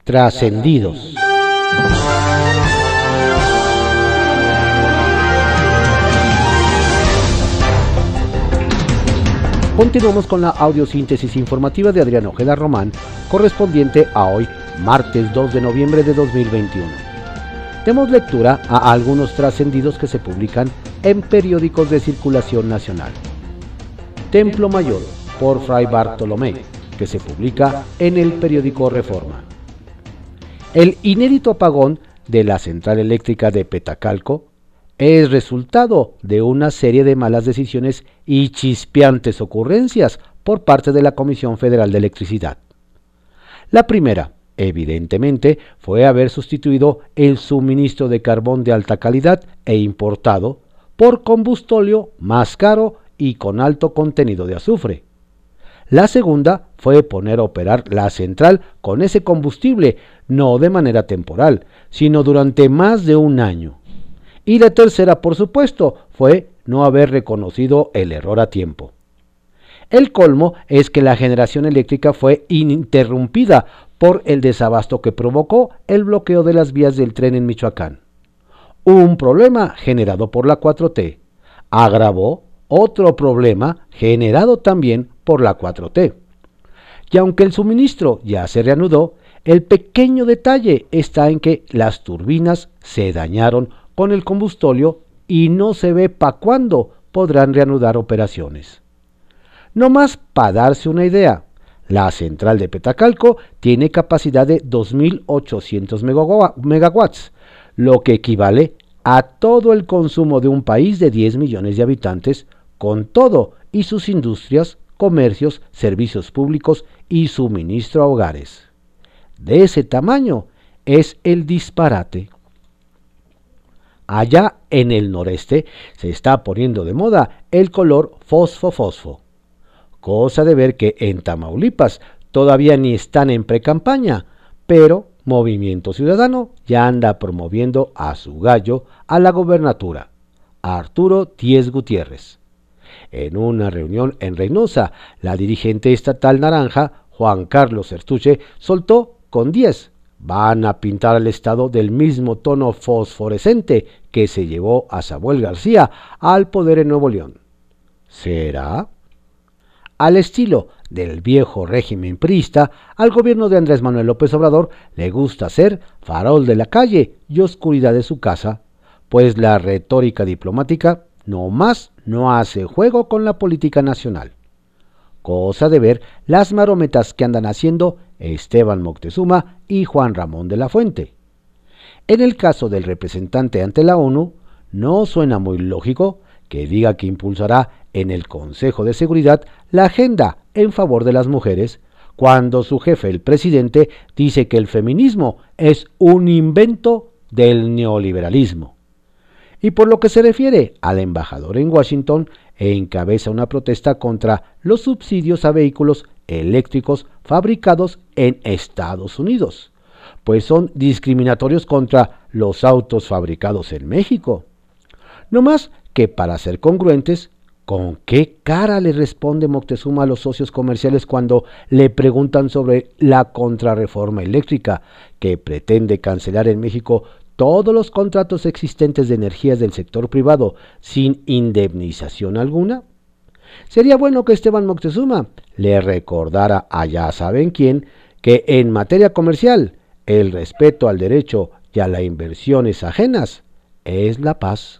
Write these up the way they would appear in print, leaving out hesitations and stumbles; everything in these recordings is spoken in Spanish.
Trascendidos. Continuamos con la audiosíntesis informativa de Adrián Ojeda Román, correspondiente a hoy, martes 2 de noviembre de 2021. Demos lectura a algunos trascendidos que se publican en periódicos de circulación nacional. Templo Mayor, por Fray Bartolomé, que se publica en el periódico Reforma. El inédito apagón de la central eléctrica de Petacalco es resultado de una serie de malas decisiones y chispeantes ocurrencias por parte de la Comisión Federal de Electricidad. La primera, evidentemente, fue haber sustituido el suministro de carbón de alta calidad e importado por combustóleo más caro y con alto contenido de azufre. La segunda fue poner a operar la central con ese combustible, no de manera temporal, sino durante más de un año. Y la tercera, por supuesto, fue no haber reconocido el error a tiempo. El colmo es que la generación eléctrica fue interrumpida por el desabasto que provocó el bloqueo de las vías del tren en Michoacán. Un problema generado por la 4T agravó otro problema generado también por la 4T. Y aunque el suministro ya se reanudó, el pequeño detalle está en que las turbinas se dañaron con el combustóleo y no se ve para cuándo podrán reanudar operaciones. No más para darse una idea, la central de Petacalco tiene capacidad de 2.800 megawatts, lo que equivale a todo el consumo de un país de 10 millones de habitantes, con todo y sus industrias, comercios, servicios públicos y suministro a hogares. De ese tamaño es el disparate. Allá en el noreste se está poniendo de moda el color fosfo-fosfo. Cosa de ver que en Tamaulipas todavía ni están en precampaña, pero Movimiento Ciudadano ya anda promoviendo a su gallo a la gobernatura, Arturo Díez Gutiérrez. En una reunión en Reynosa, la dirigente estatal naranja, Juan Carlos Sertuche, soltó con 10. Van a pintar al estado del mismo tono fosforescente que se llevó a Samuel García al poder en Nuevo León. ¿Será? Al estilo del viejo régimen priista, al gobierno de Andrés Manuel López Obrador le gusta ser farol de la calle y oscuridad de su casa, pues la retórica diplomática nomás no hace juego con la política nacional. Cosa de ver las marometas que andan haciendo Esteban Moctezuma y Juan Ramón de la Fuente. En el caso del representante ante la ONU, no suena muy lógico que diga que impulsará en el Consejo de Seguridad la agenda en favor de las mujeres, cuando su jefe, el presidente, dice que el feminismo es un invento del neoliberalismo. Y por lo que se refiere al embajador en Washington, encabeza una protesta contra los subsidios a vehículos eléctricos fabricados en Estados Unidos, pues son discriminatorios contra los autos fabricados en México. No más que para ser congruentes, ¿con qué cara le responde Moctezuma a los socios comerciales cuando le preguntan sobre la contrarreforma eléctrica que pretende cancelar en México todos los contratos existentes de energías del sector privado sin indemnización alguna? Sería bueno que Esteban Moctezuma le recordara a ya saben quién que en materia comercial el respeto al derecho y a las inversiones ajenas es la paz.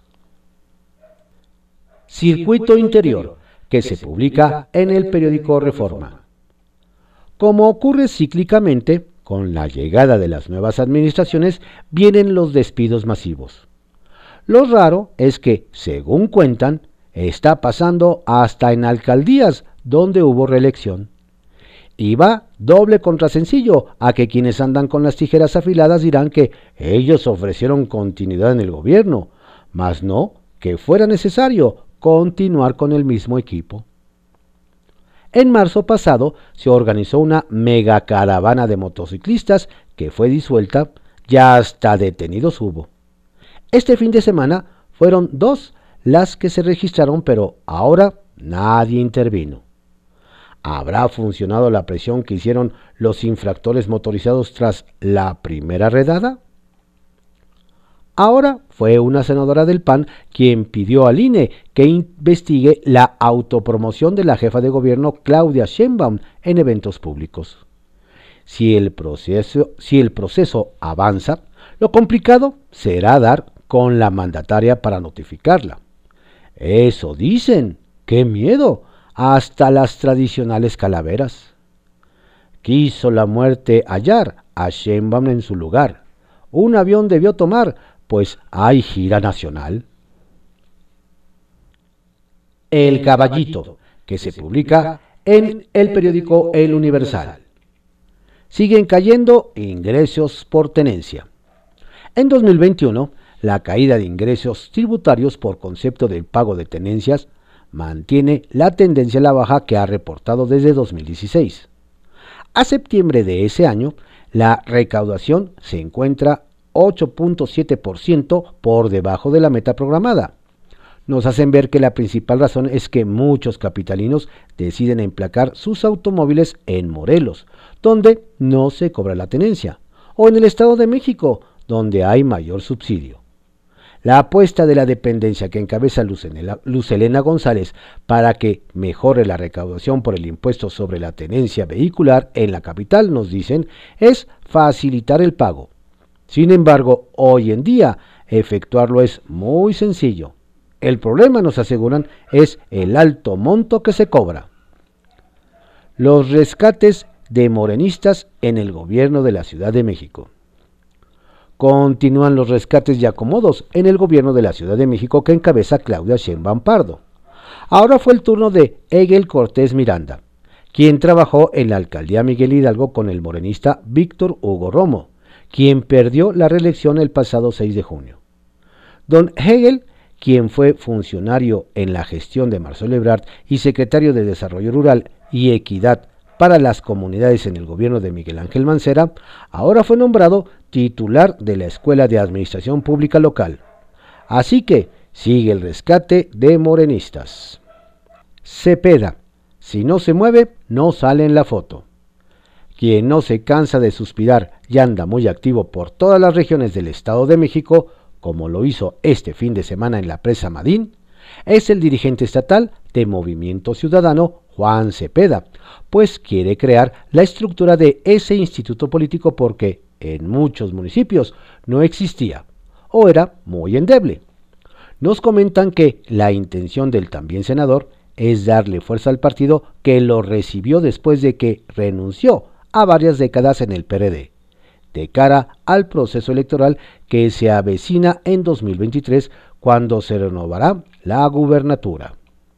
Circuito Interior, que se publica en el periódico Reforma. Como ocurre cíclicamente, con la llegada de las nuevas administraciones vienen los despidos masivos. Lo raro es que, según cuentan, está pasando hasta en alcaldías donde hubo reelección. Y va doble contra sencillo a que quienes andan con las tijeras afiladas dirán que ellos ofrecieron continuidad en el gobierno, mas no que fuera necesario continuar con el mismo equipo. En marzo pasado se organizó una mega caravana de motociclistas que fue disuelta y hasta detenidos hubo. Este fin de semana fueron 2 las que se registraron, pero ahora nadie intervino. ¿Habrá funcionado la presión que hicieron los infractores motorizados tras la primera redada? Ahora fue una senadora del PAN quien pidió al INE que investigue la autopromoción de la jefa de gobierno Claudia Sheinbaum en eventos públicos. Si el proceso avanza, lo complicado será dar con la mandataria para notificarla. Eso dicen. ¡Qué miedo! Hasta las tradicionales calaveras. Quiso la muerte hallar a Sheinbaum en su lugar. Un avión debió tomar, pues hay gira nacional. El Caballito, que se publica en el periódico El Universal. Siguen cayendo ingresos por tenencia. En 2021, la caída de ingresos tributarios por concepto del pago de tenencias mantiene la tendencia a la baja que ha reportado desde 2016. A septiembre de ese año, la recaudación se encuentra 8.7% por debajo de la meta programada. Nos hacen ver que la principal razón es que muchos capitalinos deciden emplacar sus automóviles en Morelos, donde no se cobra la tenencia, o en el Estado de México, donde hay mayor subsidio. La apuesta de la dependencia que encabeza Luz Helena González para que mejore la recaudación por el impuesto sobre la tenencia vehicular en la capital, nos dicen, es facilitar el pago. Sin embargo, hoy en día, efectuarlo es muy sencillo. El problema, nos aseguran, es el alto monto que se cobra. Los rescates de morenistas en el gobierno de la Ciudad de México. Continúan los rescates y acomodos en el gobierno de la Ciudad de México que encabeza Claudia Sheinbaum Pardo. Ahora fue el turno de Egel Cortés Miranda, quien trabajó en la alcaldía Miguel Hidalgo con el morenista Víctor Hugo Romo, quien perdió la reelección el pasado 6 de junio. Don Egel, quien fue funcionario en la gestión de Marcelo Ebrard y secretario de Desarrollo Rural y Equidad para las comunidades en el gobierno de Miguel Ángel Mancera, ahora fue nombrado titular de la Escuela de Administración Pública Local. Así que sigue el rescate de morenistas. Cepeda, si no se mueve, no sale en la foto. Quien no se cansa de suspirar y anda muy activo por todas las regiones del Estado de México, como lo hizo este fin de semana en la Presa Madín, es el dirigente estatal de Movimiento Ciudadano, Juan Cepeda, pues quiere crear la estructura de ese instituto político porque en muchos municipios no existía o era muy endeble. Nos comentan que la intención del también senador es darle fuerza al partido que lo recibió después de que renunció a varias décadas en el PRD, de cara al proceso electoral que se avecina en 2023 cuando se renovará la gubernatura.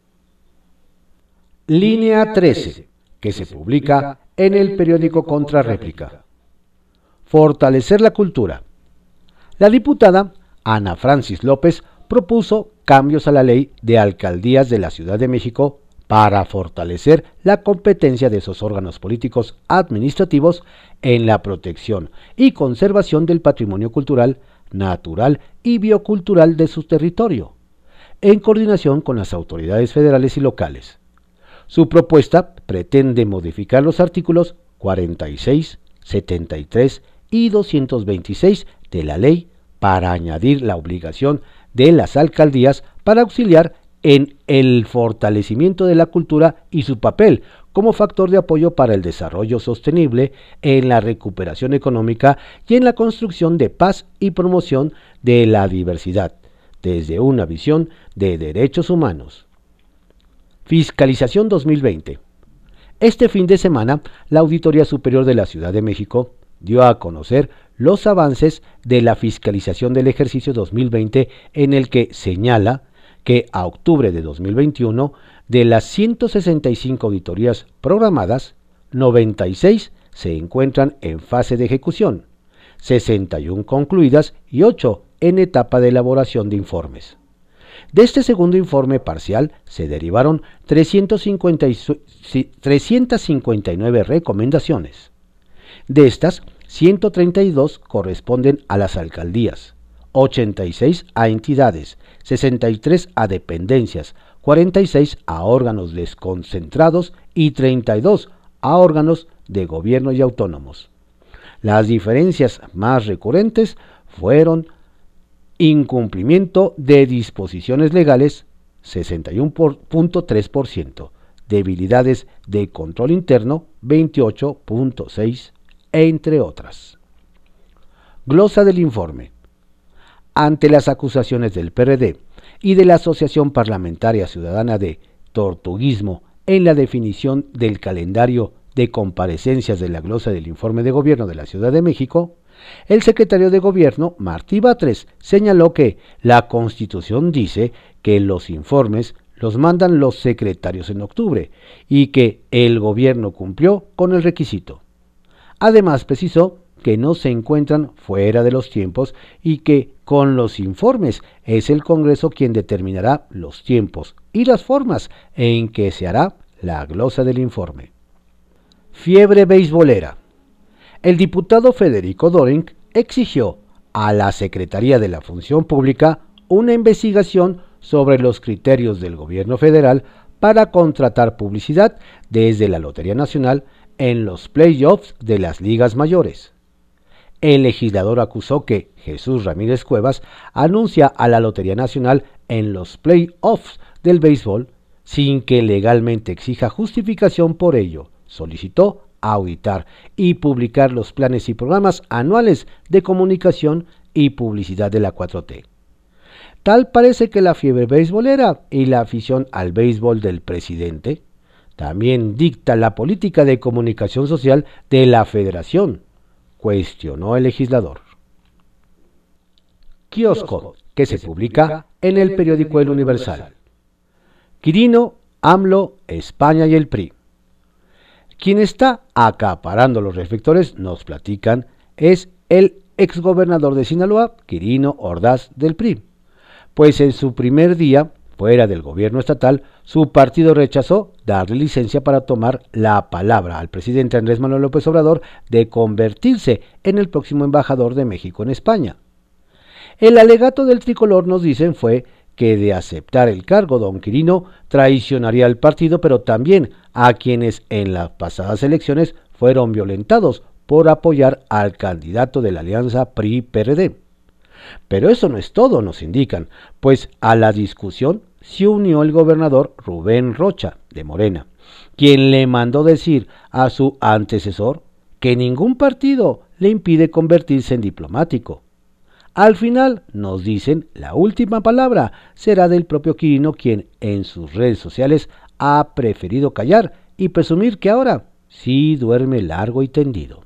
Línea 13, que se publica en el periódico Contrarréplica. Fortalecer la cultura. La diputada Ana Francis López propuso cambios a la ley de alcaldías de la Ciudad de México para fortalecer la competencia de esos órganos políticos administrativos en la protección y conservación del patrimonio cultural, natural y biocultural de su territorio, en coordinación con las autoridades federales y locales. Su propuesta pretende modificar los artículos 46, 73 y 226 de la ley para añadir la obligación de las alcaldías para auxiliar en el fortalecimiento de la cultura y su papel como factor de apoyo para el desarrollo sostenible, en la recuperación económica y en la construcción de paz y promoción de la diversidad, desde una visión de derechos humanos. Fiscalización 2020. Este fin de semana, la Auditoría Superior de la Ciudad de México dio a conocer los avances de la fiscalización del ejercicio 2020, en el que señala que a octubre de 2021, de las 165 auditorías programadas, 96 se encuentran en fase de ejecución, 61 concluidas y 8 en etapa de elaboración de informes. De este segundo informe parcial se derivaron 359 recomendaciones. De estas, 132 corresponden a las alcaldías, 86 a entidades, 63 a dependencias, 46 a órganos desconcentrados y 32 a órganos de gobierno y autónomos. Las diferencias más recurrentes fueron incumplimiento de disposiciones legales, 61.3%, debilidades de control interno, 28.6%, entre otras. Glosa del informe. Ante las acusaciones del PRD y de la Asociación Parlamentaria Ciudadana de tortuguismo en la definición del calendario de comparecencias de la glosa del informe de gobierno de la Ciudad de México, el secretario de Gobierno, Martí Batres, señaló que la Constitución dice que los informes los mandan los secretarios en octubre y que el gobierno cumplió con el requisito. Además, precisó que no se encuentran fuera de los tiempos y que con los informes es el Congreso quien determinará los tiempos y las formas en que se hará la glosa del informe. Fiebre beisbolera. El diputado Federico Doring exigió a la Secretaría de la Función Pública una investigación sobre los criterios del gobierno federal para contratar publicidad desde la Lotería Nacional en los playoffs de las ligas mayores. El legislador acusó que Jesús Ramírez Cuevas anuncia a la Lotería Nacional en los playoffs del béisbol sin que legalmente exija justificación por ello. Solicitó auditar y publicar los planes y programas anuales de comunicación y publicidad de la 4T. Tal parece que la fiebre beisbolera y la afición al béisbol del presidente también dicta la política de comunicación social de la Federación, cuestionó el legislador. Kiosco, que se publica en el periódico El Universal. Quirino, AMLO, España y el PRI. Quien está acaparando los reflectores, nos platican, es el exgobernador de Sinaloa, Quirino Ordaz del PRI. Pues en su primer día, fuera del gobierno estatal, su partido rechazó darle licencia para tomar la palabra al presidente Andrés Manuel López Obrador de convertirse en el próximo embajador de México en España. El alegato del tricolor, nos dicen, fue que de aceptar el cargo, don Quirino traicionaría al partido, pero también a quienes en las pasadas elecciones fueron violentados por apoyar al candidato de la alianza PRI-PRD. Pero eso no es todo, nos indican, pues a la discusión se unió el gobernador Rubén Rocha, de Morena, quien le mandó decir a su antecesor que ningún partido le impide convertirse en diplomático. Al final, nos dicen, la última palabra será del propio Quirino, quien en sus redes sociales ha preferido callar y presumir que ahora sí duerme largo y tendido.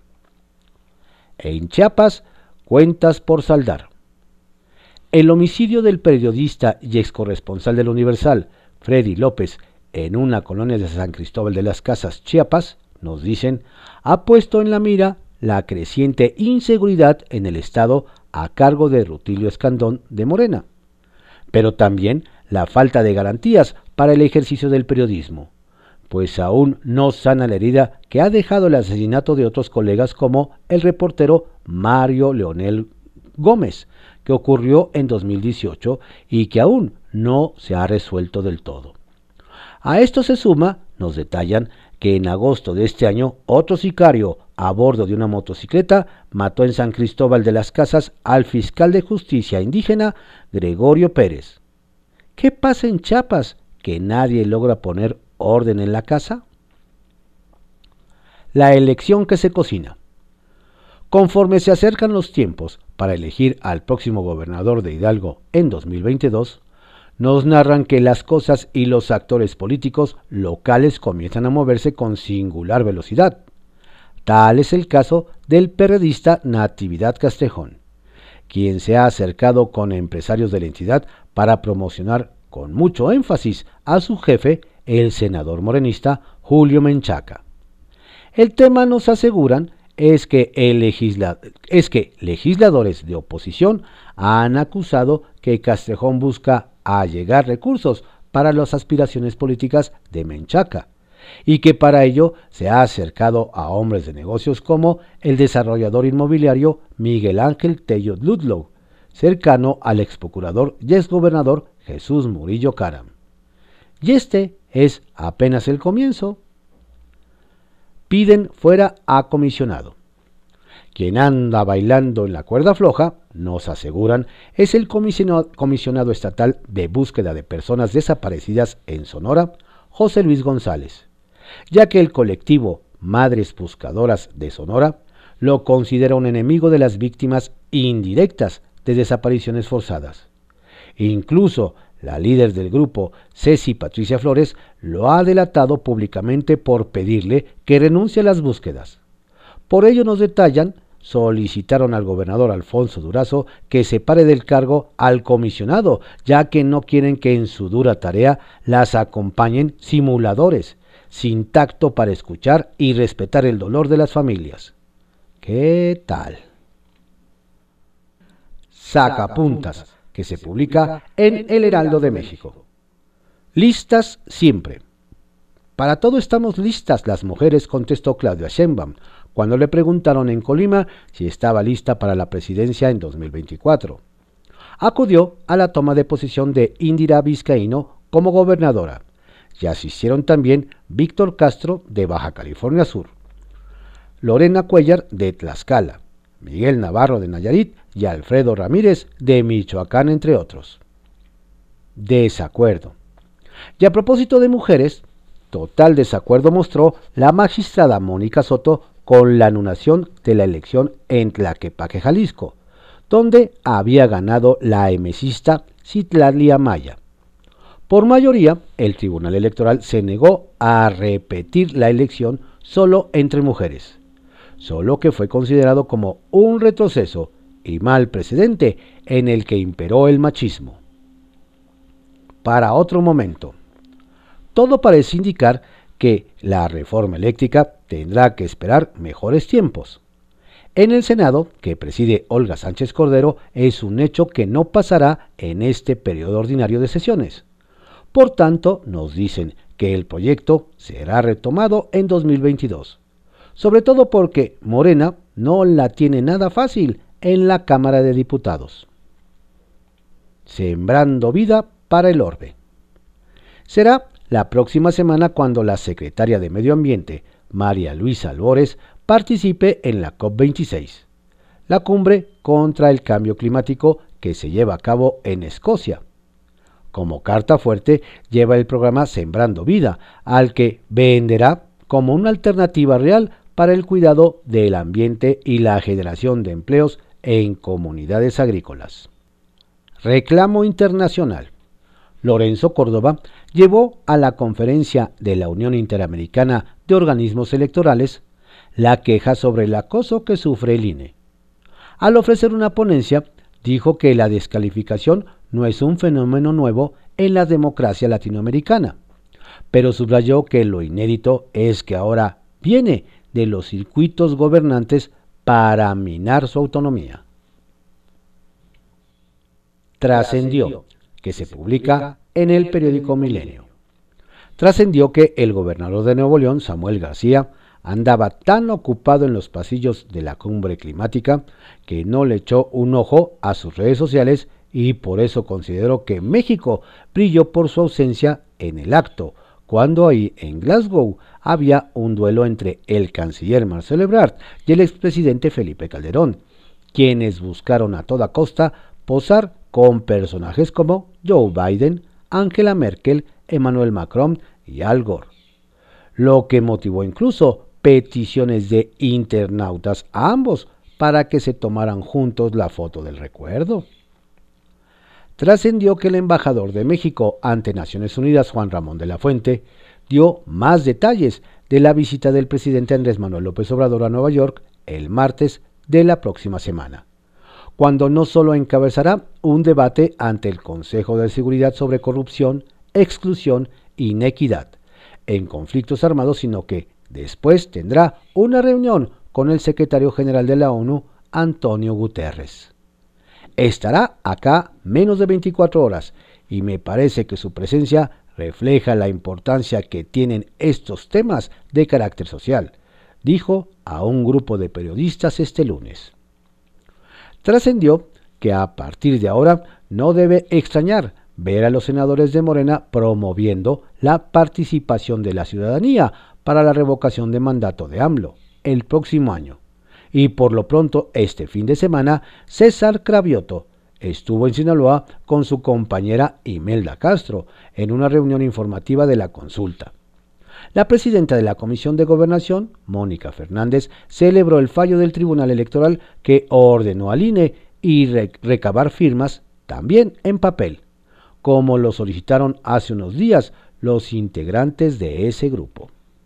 En Chiapas, cuentas por saldar. El homicidio del periodista y excorresponsal del Universal, Freddy López, en una colonia de San Cristóbal de las Casas, Chiapas, nos dicen, ha puesto en la mira la creciente inseguridad en el estado a cargo de Rutilio Escandón de Morena, pero también la falta de garantías para el ejercicio del periodismo, pues aún no sana la herida que ha dejado el asesinato de otros colegas como el reportero Mario Leonel Gómez, que ocurrió en 2018 y que aún no se ha resuelto del todo. A esto se suma, nos detallan, que en agosto de este año otro sicario a bordo de una motocicleta mató en San Cristóbal de las Casas al fiscal de justicia indígena Gregorio Pérez. ¿Qué pasa en Chiapas que nadie logra poner orden en la casa? La elección que se cocina. Conforme se acercan los tiempos para elegir al próximo gobernador de Hidalgo en 2022, nos narran que las cosas y los actores políticos locales comienzan a moverse con singular velocidad. Tal es el caso del perredista Natividad Castrejón, quien se ha acercado con empresarios de la entidad para promocionar con mucho énfasis a su jefe, el senador morenista Julio Menchaca. El tema, nos aseguran, es que legisladores de oposición han acusado que Castrejón busca allegar recursos para las aspiraciones políticas de Menchaca y que para ello se ha acercado a hombres de negocios como el desarrollador inmobiliario Miguel Ángel Tello Ludlow, cercano al exprocurador y exgobernador Jesús Murillo Caram. Y este es apenas el comienzo. piden fuera a comisionado. Quien anda bailando en la cuerda floja, nos aseguran, es el comisionado estatal de búsqueda de personas desaparecidas en Sonora, José Luis González, ya que el colectivo Madres Buscadoras de Sonora lo considera un enemigo de las víctimas indirectas de desapariciones forzadas. Incluso la líder del grupo, Ceci Patricia Flores, lo ha delatado públicamente por pedirle que renuncie a las búsquedas. Por ello, nos detallan, solicitaron al gobernador Alfonso Durazo que separe del cargo al comisionado, ya que no quieren que en su dura tarea las acompañen simuladores, sin tacto para escuchar y respetar el dolor de las familias. ¿Qué tal? Sacapuntas, que se publica en El Heraldo de México. Listas siempre. Para todo estamos listas las mujeres, contestó Claudia Sheinbaum, cuando le preguntaron en Colima si estaba lista para la presidencia en 2024. Acudió a la toma de posesión de Indira Vizcaíno como gobernadora, y asistieron también Víctor Castro de Baja California Sur, Lorena Cuellar de Tlaxcala, Miguel Navarro de Nayarit y Alfredo Ramírez de Michoacán, entre otros. Desacuerdo. Y a propósito de mujeres, total desacuerdo mostró la magistrada Mónica Soto con la anulación de la elección en Tlaquepaque, Jalisco, donde había ganado la emesista Citlali Amaya. Por mayoría, el Tribunal Electoral se negó a repetir la elección solo entre mujeres, solo que fue considerado como un retroceso y mal precedente en el que imperó el machismo. Para otro momento. Todo parece indicar que la reforma eléctrica tendrá que esperar mejores tiempos. En el Senado, que preside Olga Sánchez Cordero, es un hecho que no pasará en este periodo ordinario de sesiones. Por tanto, nos dicen que el proyecto será retomado en 2022, sobre todo porque Morena no la tiene nada fácil en la Cámara de Diputados. Sembrando vida para el orbe. Será la próxima semana cuando la secretaria de Medio Ambiente, María Luisa Albores, participe en la COP26, la cumbre contra el cambio climático que se lleva a cabo en Escocia. Como carta fuerte lleva el programa Sembrando Vida, al que venderá como una alternativa real para el cuidado del ambiente y la generación de empleos en comunidades agrícolas. Reclamo internacional. Lorenzo Córdoba llevó a la conferencia de la Unión Interamericana de Organismos Electorales la queja sobre el acoso que sufre el INE. Al ofrecer una ponencia, dijo que la descalificación no es un fenómeno nuevo en la democracia latinoamericana, pero subrayó que lo inédito es que ahora viene de los circuitos gobernantes para minar su autonomía. Trascendió, que se publica en el periódico Milenio. Trascendió que el gobernador de Nuevo León, Samuel García, andaba tan ocupado en los pasillos de la cumbre climática que no le echó un ojo a sus redes sociales y por eso consideró que México brilló por su ausencia en el acto, cuando ahí en Glasgow había un duelo entre el canciller Marcelo Ebrard y el expresidente Felipe Calderón, quienes buscaron a toda costa posar con personajes como Joe Biden, Angela Merkel, Emmanuel Macron y Al Gore, lo que motivó incluso peticiones de internautas a ambos para que se tomaran juntos la foto del recuerdo. Trascendió que el embajador de México ante Naciones Unidas, Juan Ramón de la Fuente, dio más detalles de la visita del presidente Andrés Manuel López Obrador a Nueva York el martes de la próxima semana, cuando no solo encabezará un debate ante el Consejo de Seguridad sobre corrupción, exclusión e inequidad en conflictos armados, sino que después tendrá una reunión con el secretario general de la ONU, Antonio Guterres. Estará acá menos de 24 horas y me parece que su presencia refleja la importancia que tienen estos temas de carácter social, dijo a un grupo de periodistas este lunes. Trascendió que a partir de ahora no debe extrañar ver a los senadores de Morena promoviendo la participación de la ciudadanía para la revocación de mandato de AMLO el próximo año. Y por lo pronto, este fin de semana, César Cravioto estuvo en Sinaloa con su compañera Imelda Castro en una reunión informativa de la consulta. La presidenta de la Comisión de Gobernación, Mónica Fernández, celebró el fallo del Tribunal Electoral que ordenó al INE y recabar firmas también en papel, como lo solicitaron hace unos días los integrantes de ese grupo.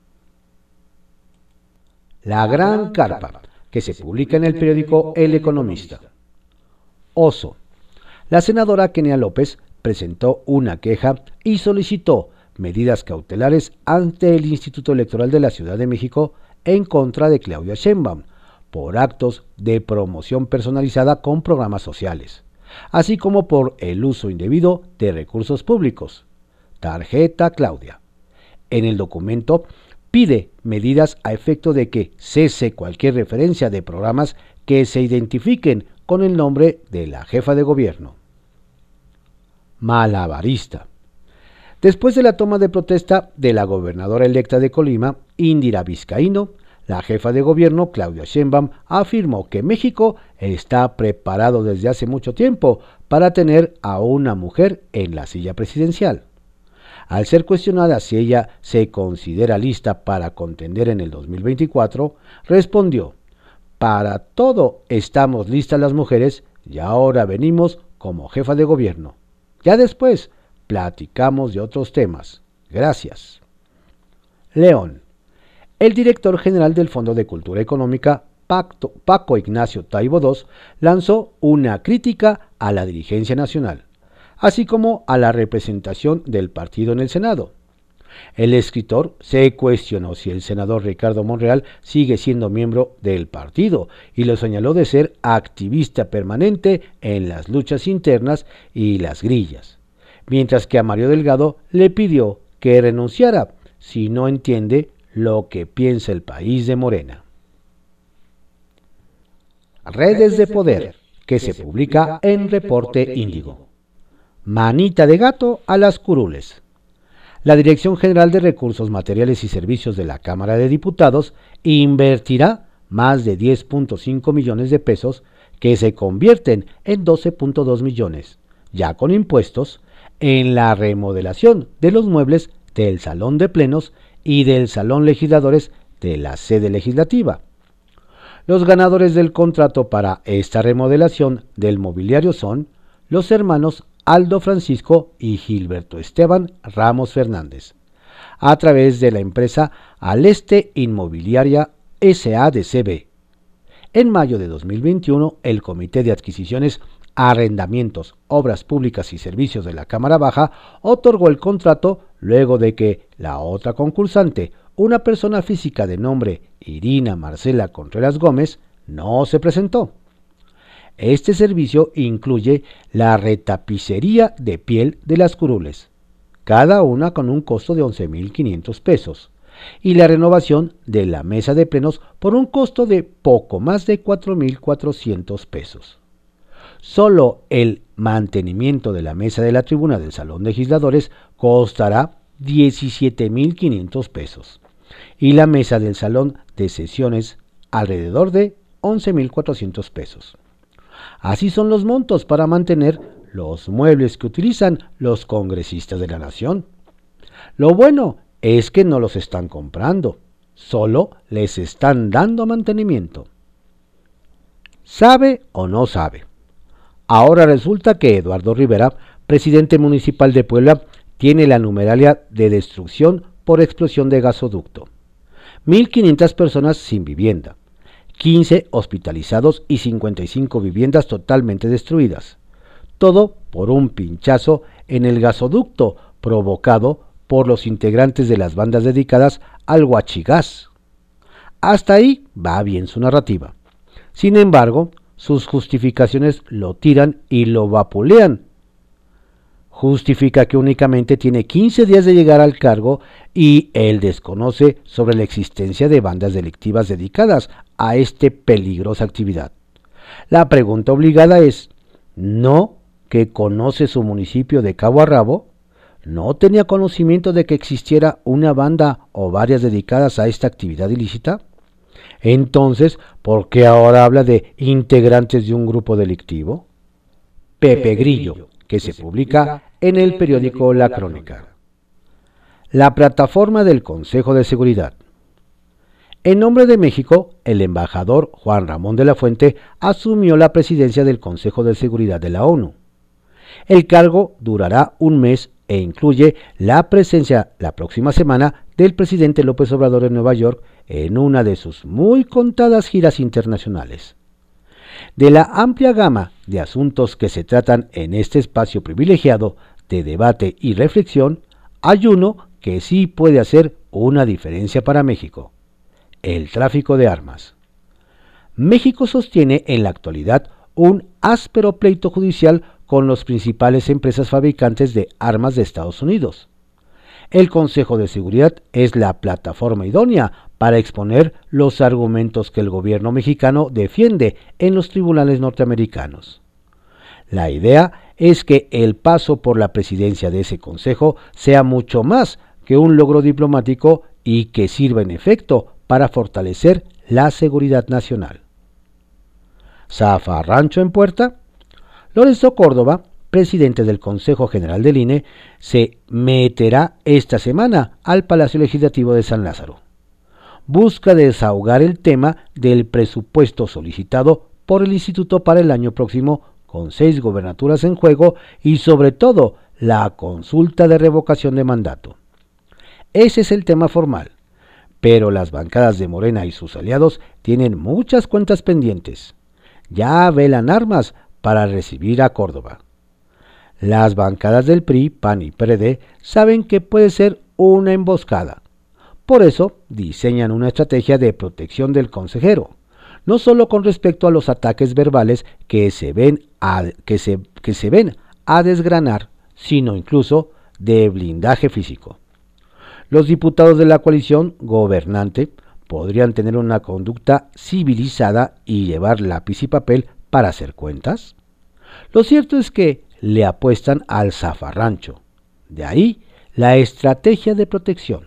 La Gran Carpa, que se publica en el periódico El Economista. Oso. La senadora Kenia López presentó una queja y solicitó medidas cautelares ante el Instituto Electoral de la Ciudad de México en contra de Claudia Sheinbaum por actos de promoción personalizada con programas sociales, así como por el uso indebido de recursos públicos. Tarjeta Claudia. En el documento pide medidas a efecto de que cese cualquier referencia de programas que se identifiquen con el nombre de la jefa de gobierno. Malabarista. Después de la toma de protesta de la gobernadora electa de Colima, Indira Vizcaíno, la jefa de gobierno, Claudia Sheinbaum, afirmó que México está preparado desde hace mucho tiempo para tener a una mujer en la silla presidencial. Al ser cuestionada si ella se considera lista para contender en el 2024, respondió: "Para todo estamos listas las mujeres y ahora venimos como jefa de gobierno. Ya después platicamos de otros temas. Gracias". León. El director general del Fondo de Cultura Económica, Paco Ignacio Taibo II, lanzó una crítica a la dirigencia nacional, así como a la representación del partido en el Senado. El escritor se cuestionó si el senador Ricardo Monreal sigue siendo miembro del partido y lo señaló de ser activista permanente en las luchas internas y las grillas, mientras que a Mario Delgado le pidió que renunciara si no entiende lo que piensa el país de Morena. Redes de Poder, que se publica en Reporte Índigo. Manita de gato a las curules. La Dirección General de Recursos Materiales y Servicios de la Cámara de Diputados invertirá más de 10.5 millones de pesos, que se convierten en 12.2 millones, ya con impuestos, en la remodelación de los muebles del Salón de Plenos y del Salón Legisladores de la sede legislativa. Los ganadores del contrato para esta remodelación del mobiliario son los hermanos Aldo Francisco y Gilberto Esteban Ramos Fernández, a través de la empresa Aleste Inmobiliaria SADCB. En mayo de 2021, el Comité de Adquisiciones, Arrendamientos, Obras Públicas y Servicios de la Cámara Baja otorgó el contrato luego de que la otra concursante, una persona física de nombre Irina Marcela Contreras Gómez, no se presentó. Este servicio incluye la retapicería de piel de las curules, cada una con un costo de 11.500 pesos, y la renovación de la mesa de plenos por un costo de poco más de 4.400 pesos. Solo el mantenimiento de la mesa de la tribuna del Salón de Legisladores costará 17.500 pesos y la mesa del Salón de Sesiones alrededor de 11.400 pesos. Así son los montos para mantener los muebles que utilizan los congresistas de la nación. Lo bueno es que no los están comprando, solo les están dando mantenimiento. ¿Sabe o no sabe? Ahora resulta que Eduardo Rivera, presidente municipal de Puebla, tiene la numeralia de destrucción por explosión de gasoducto. 1.500 personas sin vivienda, 15 hospitalizados y 55 viviendas totalmente destruidas. Todo por un pinchazo en el gasoducto provocado por los integrantes de las bandas dedicadas al huachigás. Hasta ahí va bien su narrativa. Sin embargo, sus justificaciones lo tiran y lo vapulean. Justifica que únicamente tiene 15 días de llegar al cargo y él desconoce sobre la existencia de bandas delictivas dedicadas a esta peligrosa actividad. La pregunta obligada es, ¿no que conoce su municipio de cabo a rabo? ¿No tenía conocimiento de que existiera una banda o varias dedicadas a esta actividad ilícita? Entonces, ¿por qué ahora habla de integrantes de un grupo delictivo? Pepe Grillo, que se publica en el periódico La Crónica. La plataforma del Consejo de Seguridad. En nombre de México, el embajador Juan Ramón de la Fuente asumió la presidencia del Consejo de Seguridad de la ONU. El cargo durará un mes e incluye la presencia la próxima semana del presidente López Obrador en Nueva York en una de sus muy contadas giras internacionales. De la amplia gama de asuntos que se tratan en este espacio privilegiado de debate y reflexión, hay uno que sí puede hacer una diferencia para México: el tráfico de armas. México sostiene en la actualidad un áspero pleito judicial con las principales empresas fabricantes de armas de Estados Unidos. El Consejo de Seguridad es la plataforma idónea para exponer los argumentos que el gobierno mexicano defiende en los tribunales norteamericanos. La idea es que el paso por la presidencia de ese consejo sea mucho más que un logro diplomático y que sirva en efecto para fortalecer la seguridad nacional. ¿Zafarrancho en puerta? Lorenzo Córdoba, presidente del Consejo General del INE, se meterá esta semana al Palacio Legislativo de San Lázaro. Busca desahogar el tema del presupuesto solicitado por el Instituto para el año próximo, con 6 gobernaturas en juego y sobre todo la consulta de revocación de mandato. Ese es el tema formal, pero las bancadas de Morena y sus aliados tienen muchas cuentas pendientes. Ya velan armas para recibir a Córdoba. Las bancadas del PRI, PAN y PRD saben que puede ser una emboscada. Por eso diseñan una estrategia de protección del consejero, no solo con respecto a los ataques verbales que se ven a desgranar, sino incluso de blindaje físico. Los diputados de la coalición gobernante podrían tener una conducta civilizada y llevar lápiz y papel para hacer cuentas. Lo cierto es que le apuestan al zafarrancho. De ahí la estrategia de protección.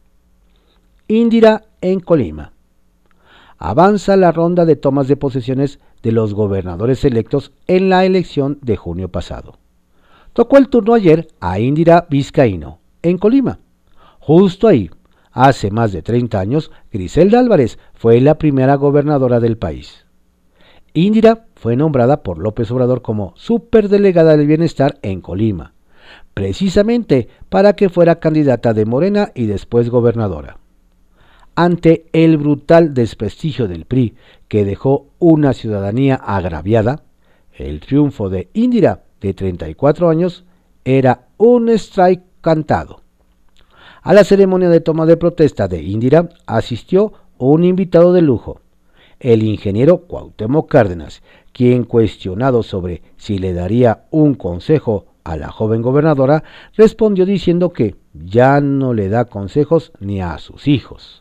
Indira en Colima. Avanza la ronda de tomas de posesiones de los gobernadores electos en la elección de junio pasado. Tocó el turno ayer a Indira Vizcaíno, en Colima. Justo ahí, hace más de 30 años, Griselda Álvarez fue la primera gobernadora del país. Indira fue nombrada por López Obrador como superdelegada del bienestar en Colima, precisamente para que fuera candidata de Morena y después gobernadora. Ante el brutal desprestigio del PRI, que dejó una ciudadanía agraviada, el triunfo de Indira, de 34 años, era un strike cantado. A la ceremonia de toma de protesta de Indira asistió un invitado de lujo, el ingeniero Cuauhtémoc Cárdenas, quien, cuestionado sobre si le daría un consejo a la joven gobernadora, respondió diciendo que ya no le da consejos ni a sus hijos.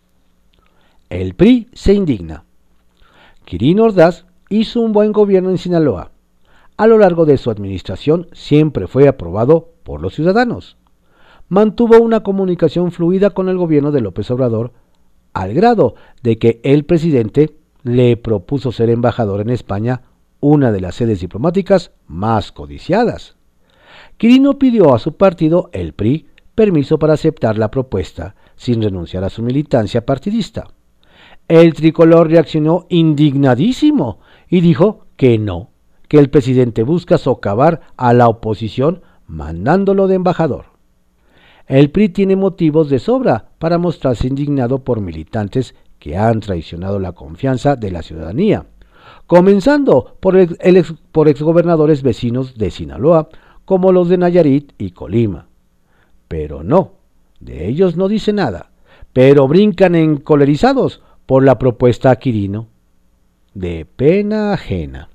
El PRI se indigna. Quirino Ordaz hizo un buen gobierno en Sinaloa. A lo largo de su administración siempre fue aprobado por los ciudadanos. Mantuvo una comunicación fluida con el gobierno de López Obrador, al grado de que el presidente le propuso ser embajador en España, una de las sedes diplomáticas más codiciadas. Quirino pidió a su partido, el PRI, permiso para aceptar la propuesta, sin renunciar a su militancia partidista. El tricolor reaccionó indignadísimo y dijo que no, que el presidente busca socavar a la oposición mandándolo de embajador. El PRI tiene motivos de sobra para mostrarse indignado por militantes que han traicionado la confianza de la ciudadanía, comenzando por exgobernadores vecinos de Sinaloa, como los de Nayarit y Colima. Pero no, de ellos no dice nada, pero brincan encolerizados por la propuesta a Quirino. De pena ajena.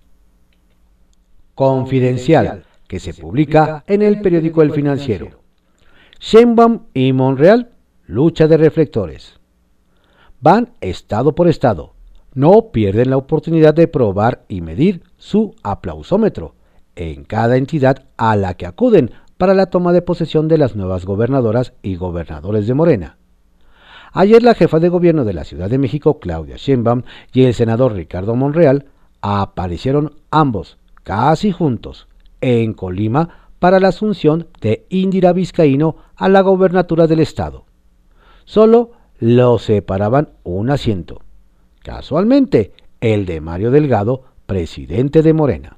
Confidencial, que se publica en el periódico El Financiero. Sheinbaum y Monreal, lucha de reflectores. Van estado por estado. No pierden la oportunidad de probar y medir su aplausómetro en cada entidad a la que acuden para la toma de posesión de las nuevas gobernadoras y gobernadores de Morena. Ayer la jefa de gobierno de la Ciudad de México, Claudia Sheinbaum, y el senador Ricardo Monreal aparecieron ambos, casi juntos, en Colima para la asunción de Indira Vizcaíno a la gobernatura del estado. Solo los separaban un asiento, casualmente el de Mario Delgado, presidente de Morena.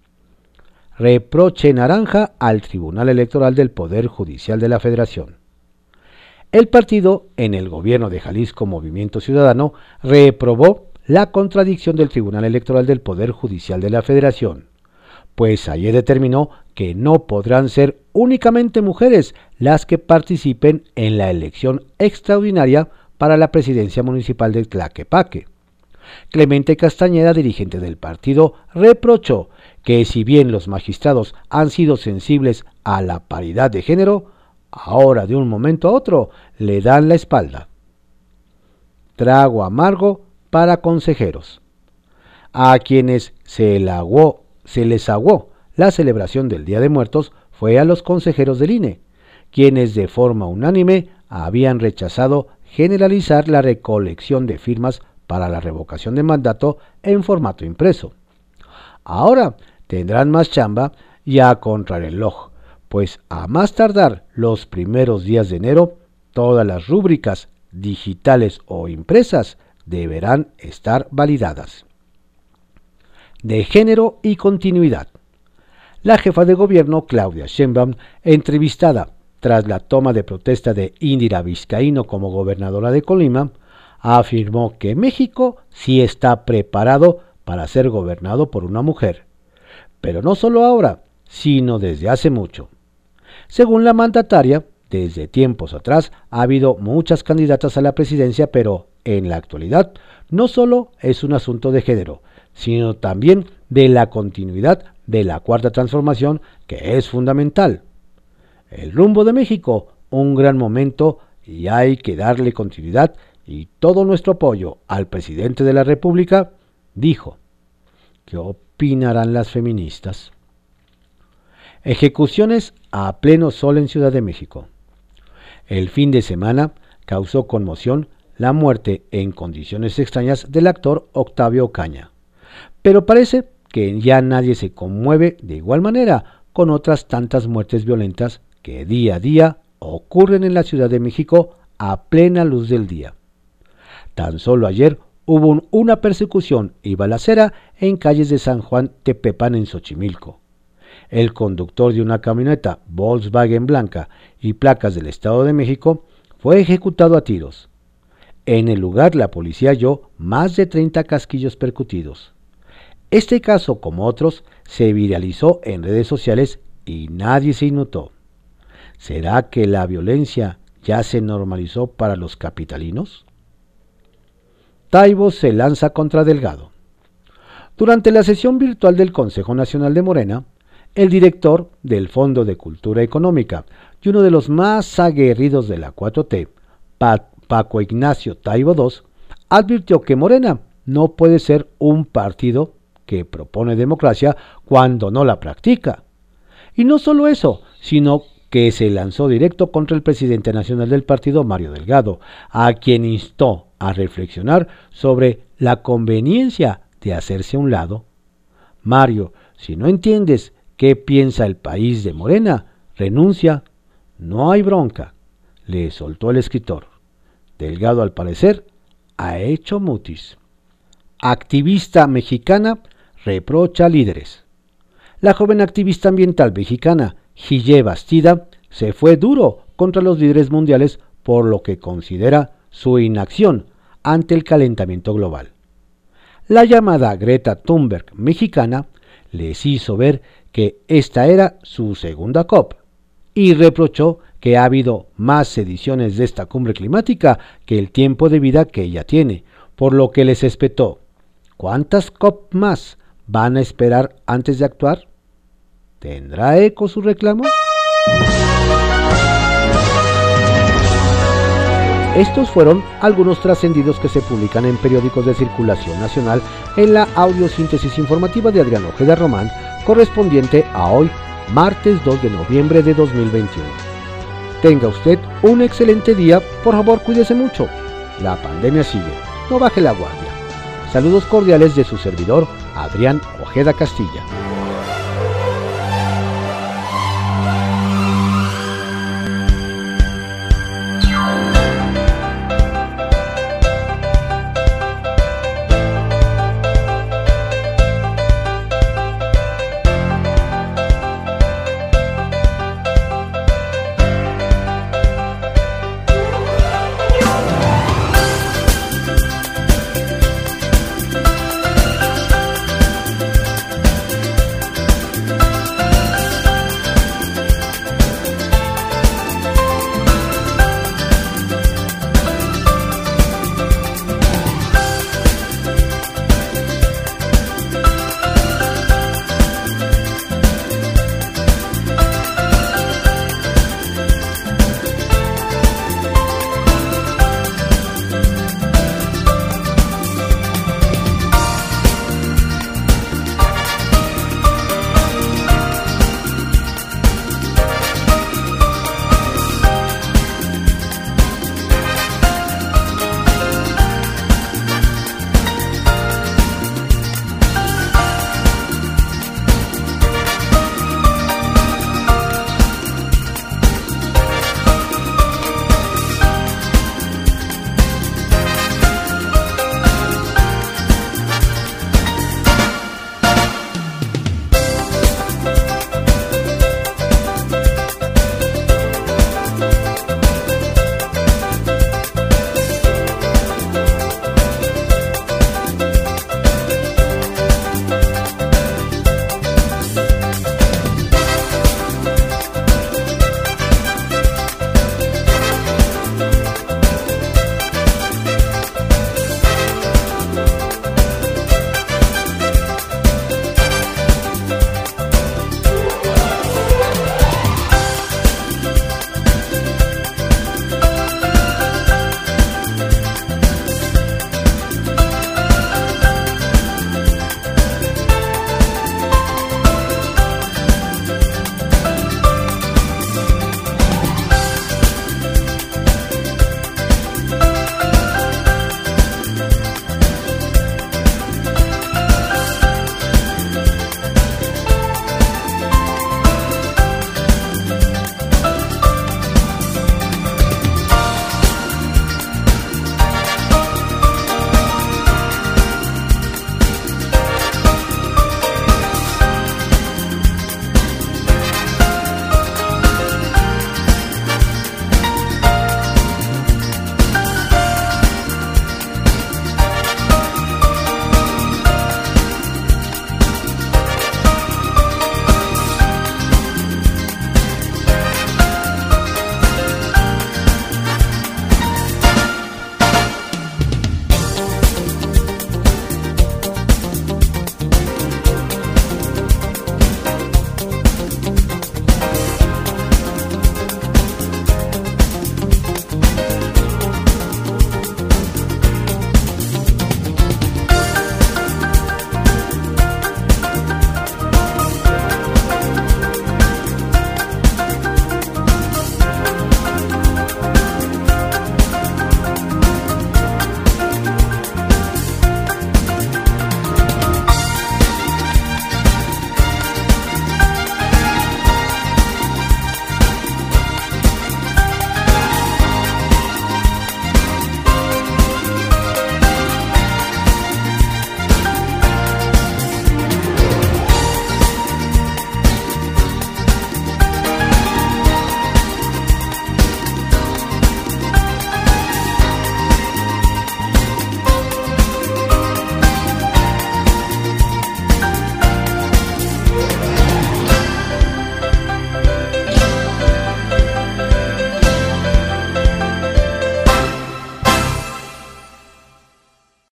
Reproche naranja al Tribunal Electoral del Poder Judicial de la Federación. El partido en el gobierno de Jalisco Movimiento Ciudadano reprobó la contradicción del Tribunal Electoral del Poder Judicial de la Federación, pues ayer determinó que no podrán ser únicamente mujeres las que participen en la elección extraordinaria para la presidencia municipal de Tlaquepaque. Clemente Castañeda, dirigente del partido, reprochó que si bien los magistrados han sido sensibles a la paridad de género, ahora de un momento a otro le dan la espalda. Trago amargo para consejeros. A quienes se les aguó la celebración del Día de Muertos fue a los consejeros del INE, quienes de forma unánime habían rechazado generalizar la recolección de firmas para la revocación de mandato en formato impreso. Ahora tendrán más chamba y a contrarreloj, pues a más tardar los primeros días de enero, todas las rúbricas digitales o impresas deberán estar validadas. De género y continuidad. La jefa de gobierno, Claudia Sheinbaum, entrevistada tras la toma de protesta de Indira Vizcaíno como gobernadora de Colima, afirmó que México sí está preparado para ser gobernado por una mujer, pero no solo ahora, sino desde hace mucho. Según la mandataria, desde tiempos atrás ha habido muchas candidatas a la presidencia, pero en la actualidad no solo es un asunto de género, sino también de la continuidad de la Cuarta Transformación, que es fundamental. El rumbo de México, un gran momento, y hay que darle continuidad y todo nuestro apoyo al presidente de la República, dijo. ¿Qué opinarán las feministas? Ejecuciones a pleno sol en Ciudad de México. El fin de semana causó conmoción la muerte en condiciones extrañas del actor Octavio Ocaña, pero parece que ya nadie se conmueve de igual manera con otras tantas muertes violentas que día a día ocurren en la Ciudad de México a plena luz del día. Tan solo ayer hubo una persecución y balacera en calles de San Juan Tepepan en Xochimilco. El conductor de una camioneta Volkswagen blanca y placas del Estado de México fue ejecutado a tiros. En el lugar la policía halló más de 30 casquillos percutidos. Este caso, como otros, se viralizó en redes sociales y nadie se inmutó. ¿Será que la violencia ya se normalizó para los capitalinos? Taibo se lanza contra Delgado. Durante la sesión virtual del Consejo Nacional de Morena, el director del Fondo de Cultura Económica y uno de los más aguerridos de la 4T, Paco Ignacio Taibo II, advirtió que Morena no puede ser un partido que propone democracia cuando no la practica. Y no solo eso, sino que se lanzó directo contra el presidente nacional del partido, Mario Delgado, a quien instó a reflexionar sobre la conveniencia de hacerse a un lado. Mario, si no entiendes qué piensa el país de Morena, renuncia. No hay bronca, le soltó el escritor. Delgado, al parecer, ha hecho mutis. Activista mexicana reprocha a líderes. La joven activista ambiental mexicana, Gille Bastida, se fue duro contra los líderes mundiales por lo que considera su inacción ante el calentamiento global. La llamada Greta Thunberg mexicana les hizo ver que esta era su segunda COP y reprochó que ha habido más ediciones de esta cumbre climática que el tiempo de vida que ella tiene, por lo que les espetó. ¿Cuántas COP más van a esperar antes de actuar? ¿Tendrá eco su reclamo? Estos fueron algunos trascendidos que se publican en periódicos de circulación nacional en la audiosíntesis informativa de Adrián Ojeda Román, correspondiente a hoy, martes 2 de noviembre de 2021. Tenga usted un excelente día, por favor cuídese mucho. La pandemia sigue, no baje la guardia. Saludos cordiales de su servidor, Adrián Ojeda Castilla.